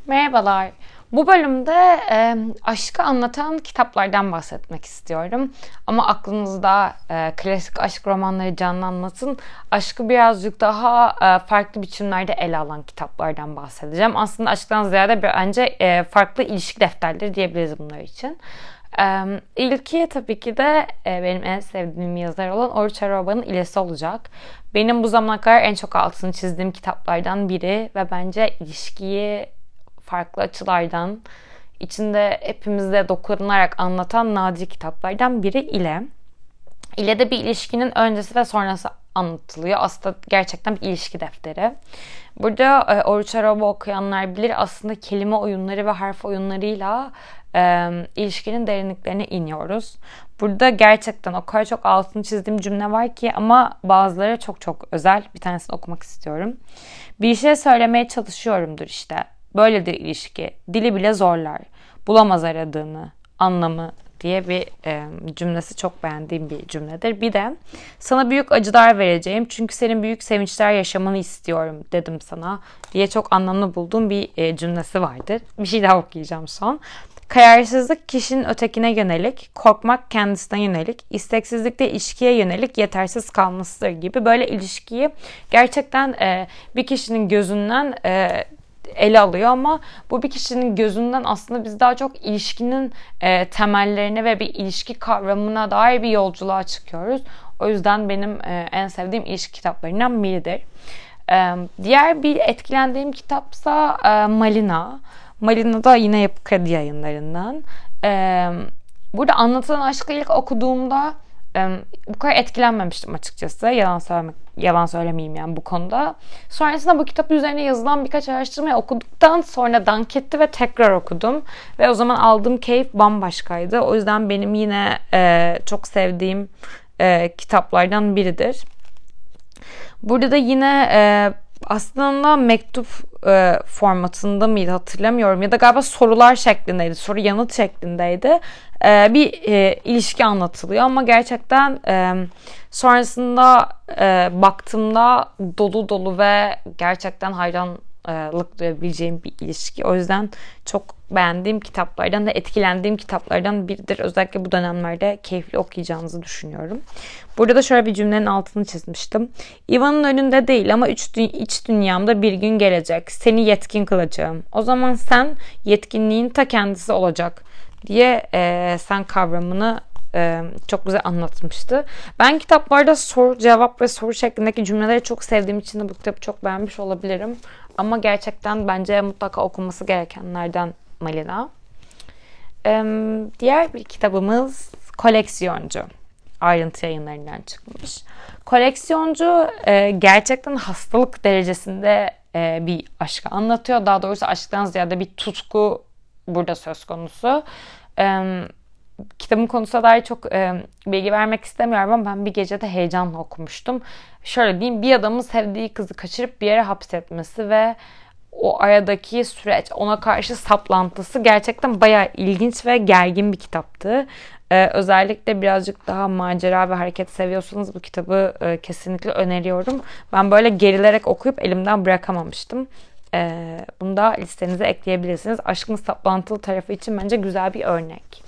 Merhabalar. Bu bölümde aşkı anlatan kitaplardan bahsetmek istiyorum. Ama aklınızda klasik aşk romanları canlanmasın. Aşkı birazcık daha farklı biçimlerde ele alan kitaplardan bahsedeceğim. Aslında aşktan ziyade bence farklı ilişki defterleri diyebiliriz bunlar için. İlki tabii ki de benim en sevdiğim yazar olan Oruç Aroba'nın İlesi olacak. Benim bu zamana kadar en çok altını çizdiğim kitaplardan biri ve bence ilişkiyi farklı açılardan içinde hepimize dokunarak anlatan nadir kitaplardan biri İle. İle'de bir ilişkinin öncesi ve sonrası anlatılıyor. Aslında gerçekten bir ilişki defteri. Burada Oruç Araba okuyanlar bilir, aslında kelime oyunları ve harf oyunlarıyla ilişkinin derinliklerine iniyoruz. Burada gerçekten o kadar çok altını çizdiğim cümle var ki ama bazıları çok çok özel. Bir tanesini okumak istiyorum. Bir şey söylemeye çalışıyorumdur işte. Böyledir ilişki. Dili bile zorlar. Bulamaz aradığını, anlamı diye bir cümlesi çok beğendiğim bir cümledir. Bir de sana büyük acılar vereceğim çünkü senin büyük sevinçler yaşamanı istiyorum dedim sana diye çok anlamlı bulduğum bir cümlesi vardır. Bir şey daha okuyacağım son. Kararsızlık kişinin ötekine yönelik, korkmak kendisine yönelik, isteksizlik de ilişkiye yönelik yetersiz kalmasıdır gibi böyle ilişkiyi gerçekten bir kişinin gözünden ele alıyor ama bu bir kişinin gözünden aslında biz daha çok ilişkinin temellerine ve bir ilişki kavramına dair bir yolculuğa çıkıyoruz. O yüzden benim en sevdiğim ilişki kitaplarından biridir. Diğer bir etkilendiğim kitapsa Malina. Malina da yine Yapı Kredi Yayınları'ndan. Burada anlatılan aşkı ilk okuduğumda bu kadar etkilenmemiştim açıkçası. Yalan söylemeyeyim yani bu konuda. Sonrasında bu kitap üzerine yazılan birkaç araştırmayı okuduktan sonra dank etti ve tekrar okudum. Ve o zaman aldığım keyif bambaşkaydı. O yüzden benim yine çok sevdiğim kitaplardan biridir. Burada da yine aslında mektup formatında mıydı hatırlamıyorum ya da galiba sorular şeklindeydi, soru yanıt şeklindeydi. Bir ilişki anlatılıyor ama gerçekten sonrasında baktığımda dolu dolu ve gerçekten hayranlık duyabileceğim bir ilişki. O yüzden çok beğendiğim kitaplardan da etkilendiğim kitaplardan biridir. Özellikle bu dönemlerde keyifli okuyacağınızı düşünüyorum. Burada da şöyle bir cümlenin altını çizmiştim. Ivan'ın önünde değil ama iç dünyamda bir gün gelecek. Seni yetkin kılacağım. O zaman sen yetkinliğin ta kendisi olacak diye sen kavramını çok güzel anlatmıştı. Ben kitaplarda soru, cevap ve soru şeklindeki cümleleri çok sevdiğim için de bu kitabı çok beğenmiş olabilirim. Ama gerçekten bence mutlaka okunması gerekenlerden Malina. Diğer bir kitabımız Koleksiyoncu. Ayrıntı Yayınlarından çıkmış. Koleksiyoncu gerçekten hastalık derecesinde bir aşkı anlatıyor. Daha doğrusu aşktan ziyade bir tutku burada söz konusu. Kitabın konusuna dair çok bilgi vermek istemiyorum ama ben bir gecede heyecanla okumuştum. Şöyle diyeyim, bir adamın sevdiği kızı kaçırıp bir yere hapsetmesi ve o aradaki süreç, ona karşı saplantısı gerçekten bayağı ilginç ve gergin bir kitaptı. Özellikle birazcık daha macera ve hareket seviyorsanız bu kitabı kesinlikle öneriyorum. Ben böyle gerilerek okuyup elimden bırakamamıştım. Bunu da listenize ekleyebilirsiniz. Aşkın saplantılı tarafı için bence güzel bir örnek.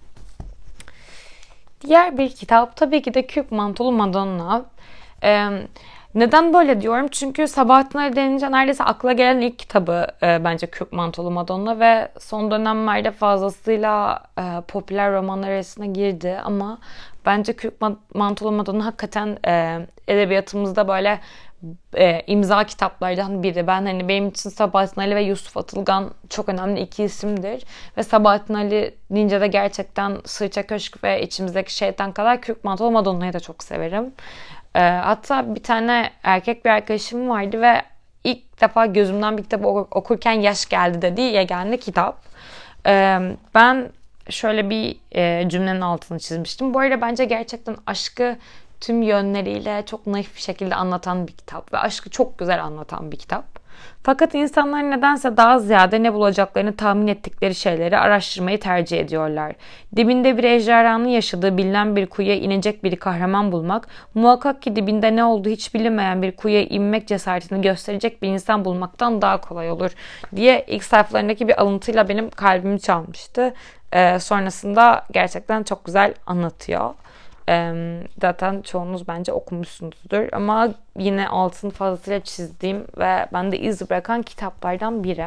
Diğer bir kitap tabii ki de Kürk Mantolu Madonna. Neden böyle diyorum? Çünkü Sabahattin Ali denince neredeyse akla gelen ilk kitabı bence Kürk Mantolu Madonna ve son dönemlerde fazlasıyla popüler romanlar arasına girdi ama bence Kürk Mantolu Madonna hakikaten edebiyatımızda böyle imza kitaplardan biri. Benim için Sabahattin Ali ve Yusuf Atılgan çok önemli iki isimdir. Ve Sabahattin Ali deyince de gerçekten Sırça Köşk ve İçimizdeki Şeytan kadar Kürk Mantolu Madonna'yı da çok severim. Hatta bir tane erkek bir arkadaşım vardı ve ilk defa gözümden bir kitabı okurken yaş geldi dediği yegane kitap. Ben şöyle bir cümlenin altını çizmiştim. Bu arada bence gerçekten aşkı tüm yönleriyle çok naif bir şekilde anlatan bir kitap ve aşkı çok güzel anlatan bir kitap. Fakat insanlar nedense daha ziyade ne bulacaklarını tahmin ettikleri şeyleri araştırmayı tercih ediyorlar. Dibinde bir ejderhanın yaşadığı bilinen bir kuyuya inecek bir kahraman bulmak, muhakkak ki dibinde ne olduğu hiç bilinmeyen bir kuyuya inmek cesaretini gösterecek bir insan bulmaktan daha kolay olur diye ilk sayfalarındaki bir alıntıyla benim kalbimi çalmıştı. Sonrasında gerçekten çok güzel anlatıyor. Zaten çoğunuz bence okumuşsunuzdur ama yine altını fazlasıyla çizdiğim ve bende iz bırakan kitaplardan biri.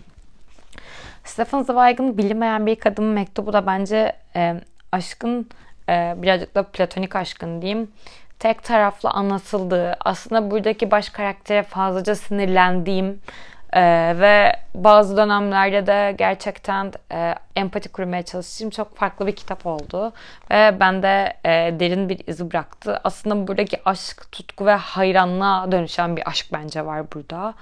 Stefan Zweig'ın Bilinmeyen Bir Kadının Mektubu da bence aşkın birazcık da platonik aşkın diyeyim, tek taraflı anlatıldığı, aslında buradaki baş karaktere fazlaca sinirlendiğim ve bazı dönemlerde de gerçekten empati kurmaya çalıştığım çok farklı bir kitap oldu. Ve bende derin bir iz bıraktı. Aslında buradaki aşk, tutku ve hayranlığa dönüşen bir aşk bence var burada.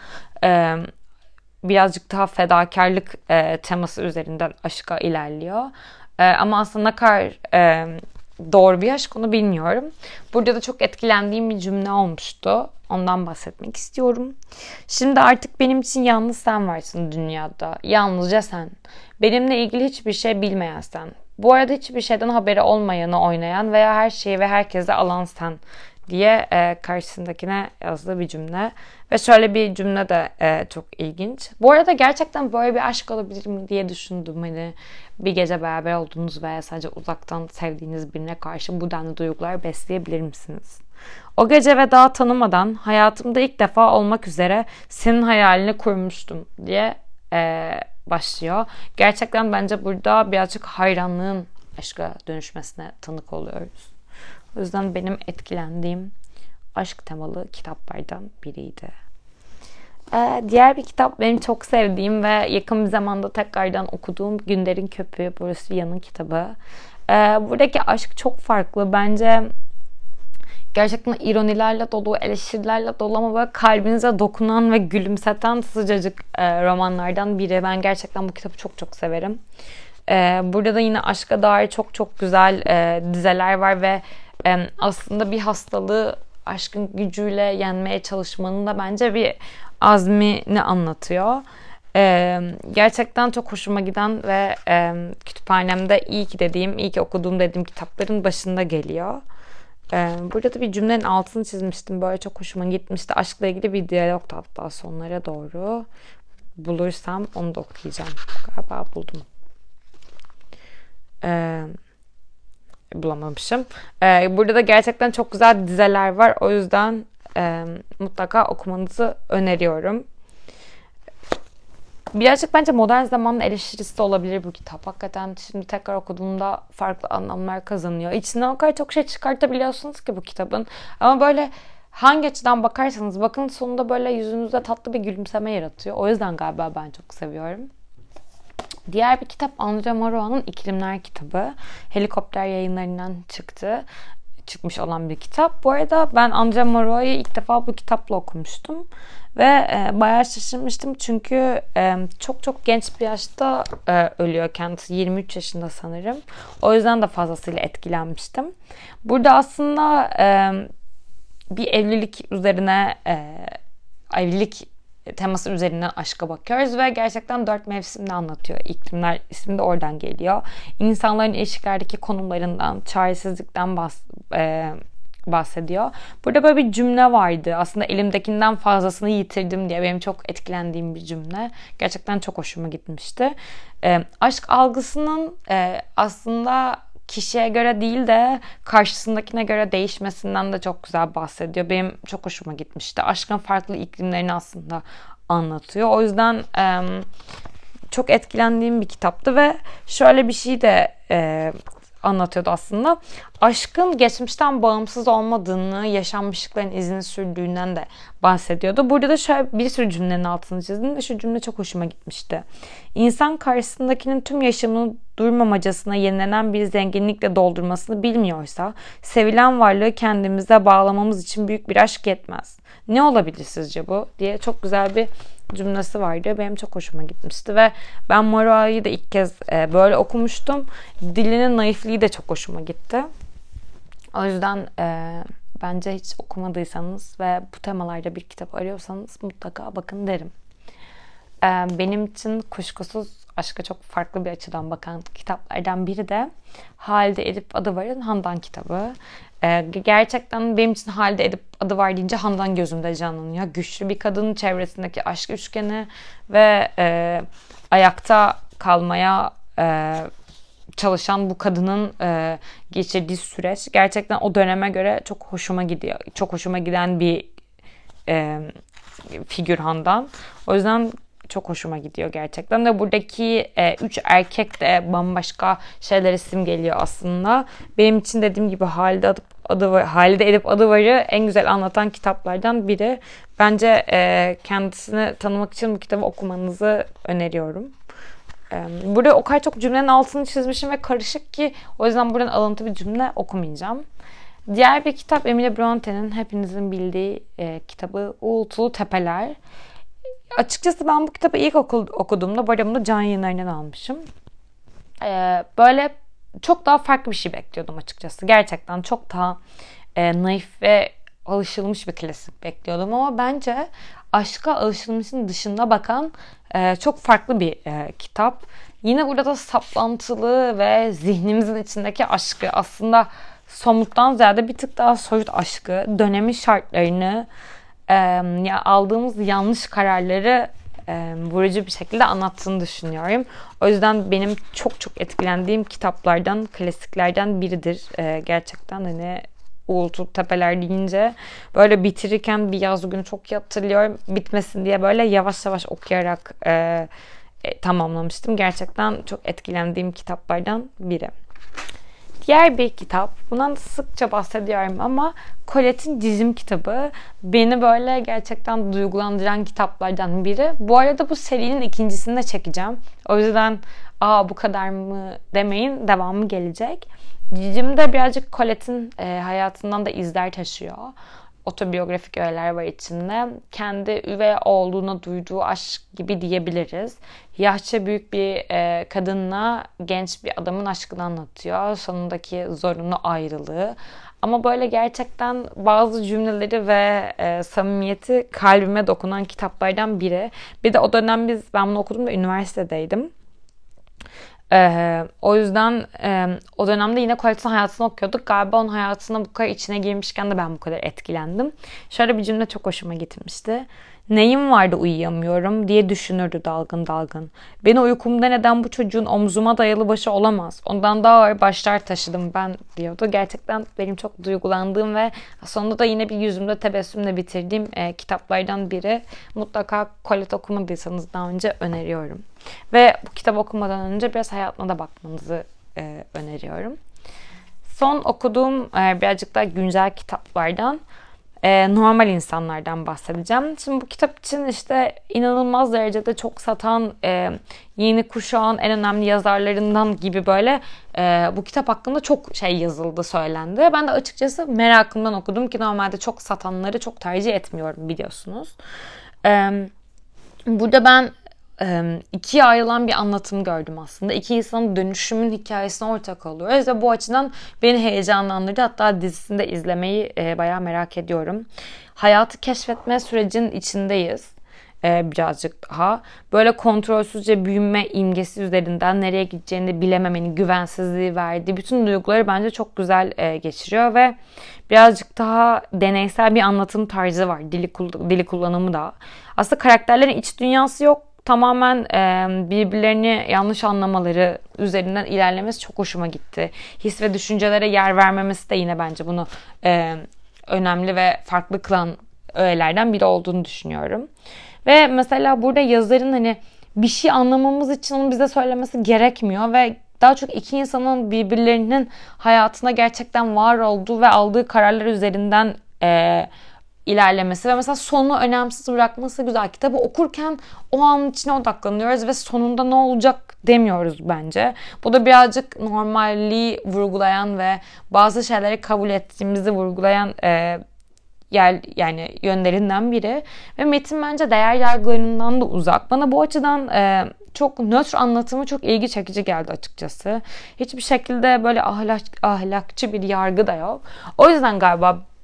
Birazcık daha fedakarlık teması üzerinden aşka ilerliyor. Ama aslında ne kadar doğru bir aşk onu bilmiyorum. Burada da çok etkilendiğim bir cümle olmuştu. Ondan bahsetmek istiyorum. Şimdi artık benim için yalnız sen varsın dünyada. Yalnızca sen. Benimle ilgili hiçbir şey bilmeyen sen. Bu arada hiçbir şeyden haberi olmayanı oynayan veya her şeyi ve herkese alan sen diye karşısındakine yazdığı bir cümle. Ve şöyle bir cümle de çok ilginç. Bu arada gerçekten böyle bir aşk olabilir mi diye düşündüm. Hani bir gece beraber olduğunuz veya sadece uzaktan sevdiğiniz birine karşı bu denli duygular besleyebilir misiniz? O gece ve daha tanımadan hayatımda ilk defa olmak üzere senin hayalini kurmuştum diye başlıyor. Gerçekten bence burada birazcık hayranlığın aşka dönüşmesine tanık oluyoruz. O yüzden benim etkilendiğim aşk temalı kitaplardan biriydi. Diğer bir kitap benim çok sevdiğim ve yakın bir zamanda tekrardan okuduğum Günder'in Köpüğü, Boris Vian'ın kitabı. Buradaki aşk çok farklı. Bence gerçekten ironilerle dolu, eleştirilerle dolu ama böyle kalbinize dokunan ve gülümseten sıcacık romanlardan biri. Ben gerçekten bu kitabı çok çok severim. Burada da yine aşka dair çok çok güzel dizeler var ve aslında bir hastalığı aşkın gücüyle yenmeye çalışmanın da bence bir azmini anlatıyor. Gerçekten çok hoşuma giden ve kütüphanemde iyi ki okuduğum dediğim kitapların başında geliyor. Burada da bir cümlenin altını çizmiştim. Böyle çok hoşuma gitmişti. Aşkla ilgili bir diyalog da hatta sonlara doğru. Bulursam onu da okuyacağım. Galiba buldum. Bulamamışım. Burada da gerçekten çok güzel dizeler var. O yüzden mutlaka okumanızı öneriyorum. Birazcık bence modern zamanın eleştirisi de olabilir bu kitap. Hakikaten şimdi tekrar okuduğumda farklı anlamlar kazanıyor. İçinden o kadar çok şey çıkartabiliyorsunuz ki bu kitabın. Ama böyle hangi açıdan bakarsanız bakın sonunda böyle yüzünüzde tatlı bir gülümseme yaratıyor. O yüzden galiba ben çok seviyorum. Diğer bir kitap André Malraux'un İklimler kitabı. Helikopter Yayınları'ndan çıkmış olan bir kitap. Bu arada ben André Malraux'u ilk defa bu kitapla okumuştum. Ve bayağı şaşırmıştım çünkü çok çok genç bir yaşta ölüyor kendisi. 23 yaşında sanırım. O yüzden de fazlasıyla etkilenmiştim. Burada aslında bir evlilik üzerine evlilik teması üzerinden aşka bakıyoruz ve gerçekten 4 mevsimde anlatıyor. İklimler ismi de oradan geliyor. İnsanların ilişkilerdeki konumlarından, çaresizlikten bahsediyor. Burada böyle bir cümle vardı. Aslında elimdekinden fazlasını yitirdim diye benim çok etkilendiğim bir cümle. Gerçekten çok hoşuma gitmişti. Aşk algısının aslında kişiye göre değil de karşısındakine göre değişmesinden de çok güzel bahsediyor. Benim çok hoşuma gitmişti. Aşkın farklı iklimlerini aslında anlatıyor. O yüzden çok etkilendiğim bir kitaptı ve şöyle bir şey de anlatıyordu aslında. Aşkın geçmişten bağımsız olmadığını, yaşanmışlıkların izini sürdüğünden de bahsediyordu. Burada da şöyle bir sürü cümlenin altını çizdim ve şu cümle çok hoşuma gitmişti. İnsan karşısındakinin tüm yaşamını durmamacasına yenilenen bir zenginlikle doldurmasını bilmiyorsa, sevilen varlığı kendimize bağlamamız için büyük bir aşk yetmez. Ne olabilir sizce bu? Diye çok güzel bir cümlesi vardı. Benim çok hoşuma gitmişti ve ben Malraux'u da ilk kez böyle okumuştum. Dilinin naifliği de çok hoşuma gitti. O yüzden Bence hiç okumadıysanız ve bu temalarda bir kitap arıyorsanız mutlaka bakın derim. Benim için kuşkusuz aşka çok farklı bir açıdan bakan kitaplardan biri de Halide Edip Adıvar'ın Handan kitabı. Gerçekten benim için Halide Edip Adıvar deyince Handan gözümde canlanıyor. Güçlü bir kadının çevresindeki aşk üçgeni ve ayakta kalmaya çalışan bu kadının geçirdiği süreç gerçekten o döneme göre çok hoşuma gidiyor. Çok hoşuma giden bir figür Handan. O yüzden çok hoşuma gidiyor gerçekten de buradaki 3 erkek de bambaşka şeyleri simgeliyor aslında. Benim için dediğim gibi Halide Edip Adıvar'ı en güzel anlatan kitaplardan biri. Bence kendisini tanımak için bu kitabı okumanızı öneriyorum. Burada o kadar çok cümlenin altını çizmişim ve karışık ki o yüzden buradan alıntı bir cümle okumayacağım. Diğer bir kitap Emily Bronte'nin hepinizin bildiği kitabı Uğultulu Tepeler. Açıkçası ben bu kitabı ilk okuduğumda Barım'da Can Yayınları'ndan almışım. Böyle çok daha farklı bir şey bekliyordum açıkçası. Gerçekten çok daha naif ve alışılmış bir klasik bekliyordum ama bence aşka alışılmışın dışında bakan çok farklı bir kitap. Yine burada da saplantılı ve zihnimizin içindeki aşkı aslında somuttan ziyade bir tık daha soyut aşkı, dönemin şartlarını, aldığımız yanlış kararları vurucu bir şekilde anlattığını düşünüyorum. O yüzden benim çok çok etkilendiğim kitaplardan, klasiklerden biridir. Gerçekten hani Uğultulu Tepeler deyince böyle bitirirken bir yaz günü çok hatırlıyorum. Bitmesin diye böyle yavaş yavaş okuyarak tamamlamıştım. Gerçekten çok etkilendiğim kitaplardan biri. Diğer bir kitap, bundan da sıkça bahsediyorum ama Colette'in Cicim kitabı beni böyle gerçekten duygulandıran kitaplardan biri. Bu arada bu serinin ikincisini de çekeceğim. O yüzden bu kadar mı demeyin, devamı gelecek. Cicim de birazcık Colette'in hayatından da izler taşıyor. Otobiyografik öğeler var içinde. Kendi üvey olduğuna duyduğu aşk gibi diyebiliriz. Yaşça büyük bir kadınla genç bir adamın aşkını anlatıyor. Sonundaki zorunlu ayrılığı. Ama böyle gerçekten bazı cümleleri ve samimiyeti kalbime dokunan kitaplardan biri. Bir de o dönem ben bunu okuduğumda üniversitedeydim. O yüzden o dönemde yine Colette'in hayatını okuyorduk. Galiba onun hayatına bu kadar içine girmişken de ben bu kadar etkilendim. Şöyle bir cümle çok hoşuma gitmişti. Neyim vardı uyuyamıyorum diye düşünürdü dalgın dalgın. Beni uykumda neden bu çocuğun omzuma dayalı başı olamaz? Ondan daha ağır başlar taşıdım ben diyordu. Gerçekten benim çok duygulandığım ve sonunda da yine bir yüzümde tebessümle bitirdiğim kitaplardan biri. Mutlaka Colette okumadıysanız daha önce öneriyorum. Ve bu kitabı okumadan önce biraz hayatına da bakmanızı öneriyorum. Son okuduğum birazcık daha güncel kitaplardan Normal İnsanlardan bahsedeceğim. Şimdi bu kitap için işte inanılmaz derecede çok satan yeni kuşağın en önemli yazarlarından gibi böyle bu kitap hakkında çok şey yazıldı, söylendi. Ben de açıkçası merakımdan okudum ki normalde çok satanları çok tercih etmiyorum biliyorsunuz. Burada ben ikiye ayrılan bir anlatım gördüm aslında. İki insanın dönüşümün hikayesine ortak oluyoruz ve bu açıdan beni heyecanlandırdı. Hatta dizisini de izlemeyi bayağı merak ediyorum. Hayatı keşfetme sürecinin içindeyiz. Birazcık daha. Böyle kontrolsüzce büyüme imgesi üzerinden nereye gideceğini bilememenin güvensizliği verdiği bütün duyguları bence çok güzel geçiriyor ve birazcık daha deneysel bir anlatım tarzı var. Dili kullanımı da. Aslında karakterlerin iç dünyası yok. Tamamen birbirlerini yanlış anlamaları üzerinden ilerlemesi çok hoşuma gitti. His ve düşüncelere yer vermemesi de yine bence bunu önemli ve farklı kılan öğelerden biri olduğunu düşünüyorum. Ve mesela burada yazarın hani bir şey anlamamız için onu bize söylemesi gerekmiyor ve daha çok iki insanın birbirlerinin hayatına gerçekten var olduğu ve aldığı kararlar üzerinden ilerlemesi ve mesela sonu önemsiz bırakması güzel. Kitabı okurken o an içine odaklanıyoruz ve sonunda ne olacak demiyoruz bence. Bu da birazcık normalliği vurgulayan ve bazı şeyleri kabul ettiğimizi vurgulayan yani yönlerinden biri. Ve metin bence değer yargılarından da uzak. Bana bu açıdan çok nötr anlatımı çok ilgi çekici geldi açıkçası. Hiçbir şekilde böyle ahlakçı bir yargı da yok. O yüzden galiba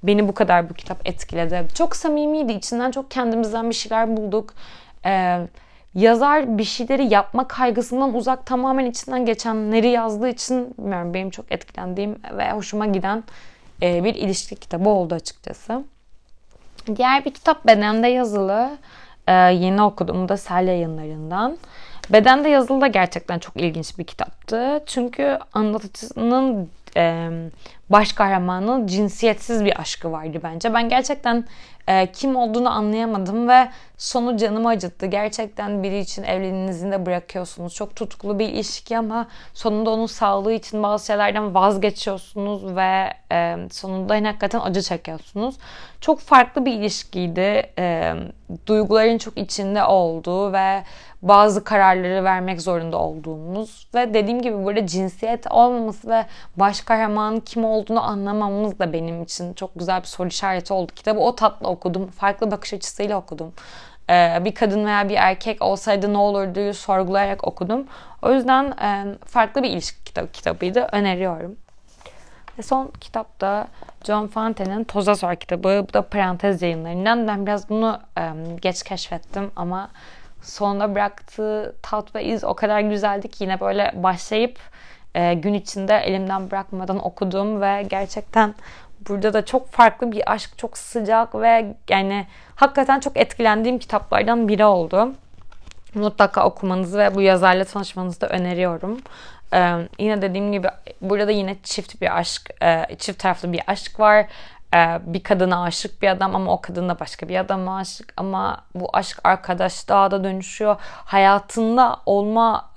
beni bu kadar bu kitap etkiledi. Çok samimiydi. İçinden çok kendimizden bir şeyler bulduk. Yazar bir şeyleri yapma kaygısından uzak, tamamen içinden geçenleri yazdığı için bilmiyorum, benim çok etkilendiğim ve hoşuma giden bir ilişki kitabı oldu açıkçası. Diğer bir kitap Bedende Yazılı. Yeni okudum da Sel Yayınları'ndan. Bedende Yazılı da gerçekten çok ilginç bir kitaptı. Çünkü anlatıcının baş kahramanın cinsiyetsiz bir aşkı vardı bence. Ben gerçekten kim olduğunu anlayamadım ve sonu canımı acıttı. Gerçekten biri için evliliğinizi de bırakıyorsunuz. Çok tutkulu bir ilişki ama sonunda onun sağlığı için bazı şeylerden vazgeçiyorsunuz ve sonunda hakikaten acı çekiyorsunuz. Çok farklı bir ilişkiydi. Duyguların çok içinde olduğu ve bazı kararları vermek zorunda olduğumuz ve dediğim gibi burada cinsiyet olmaması ve baş kahramanın kim olduğunu anlamamız da benim için çok güzel bir soru işareti oldu. Kitabı o tatlı okudum. Farklı bakış açısıyla okudum. Bir kadın veya bir erkek olsaydı ne olurdu sorgulayarak okudum. O yüzden farklı bir ilişki kitabıydı. Öneriyorum. Ve son kitap da John Fonte'nin Toza Sor kitabı. Bu da Parantez Yayınları'ndan. Ben biraz bunu geç keşfettim ama sonunda bıraktığı tat ve iz o kadar güzeldi ki yine böyle başlayıp gün içinde elimden bırakmadan okudum ve gerçekten burada da çok farklı bir aşk, çok sıcak ve yani hakikaten çok etkilendiğim kitaplardan biri oldu. Mutlaka okumanızı ve bu yazarla tanışmanızı da öneriyorum. Yine dediğim gibi burada yine çift bir aşk, çift taraflı bir aşk var. Bir kadına aşık bir adam ama o kadın da başka bir adama aşık, ama bu aşk arkadaşlığa da dönüşüyor. Hayatında olma,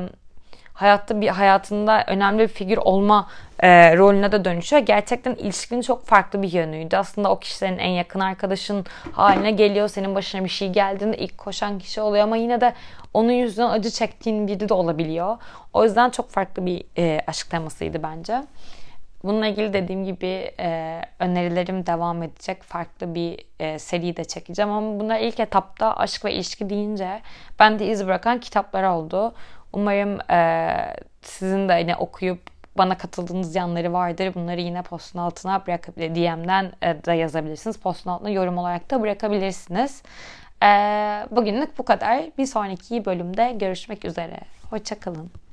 hayatında önemli bir figür olma rolüne de dönüşüyor. Gerçekten ilişkinin çok farklı bir yönüydü. Aslında o kişilerin en yakın arkadaşın haline geliyor. Senin başına bir şey geldiğinde ilk koşan kişi oluyor ama yine de onun yüzünden acı çektiğin biri de olabiliyor. O yüzden çok farklı bir aşk temasıydı bence. Bununla ilgili dediğim gibi önerilerim devam edecek. Farklı bir seri de çekeceğim ama bunlar ilk etapta aşk ve ilişki deyince bende iz bırakan kitaplar oldu. Umarım sizin de yine okuyup bana katıldığınız yanları vardır. Bunları yine postun altına bırakabilir. DM'den de yazabilirsiniz. Postun altına yorum olarak da bırakabilirsiniz. Bugünlük bu kadar. Bir sonraki bölümde görüşmek üzere. Hoşça kalın.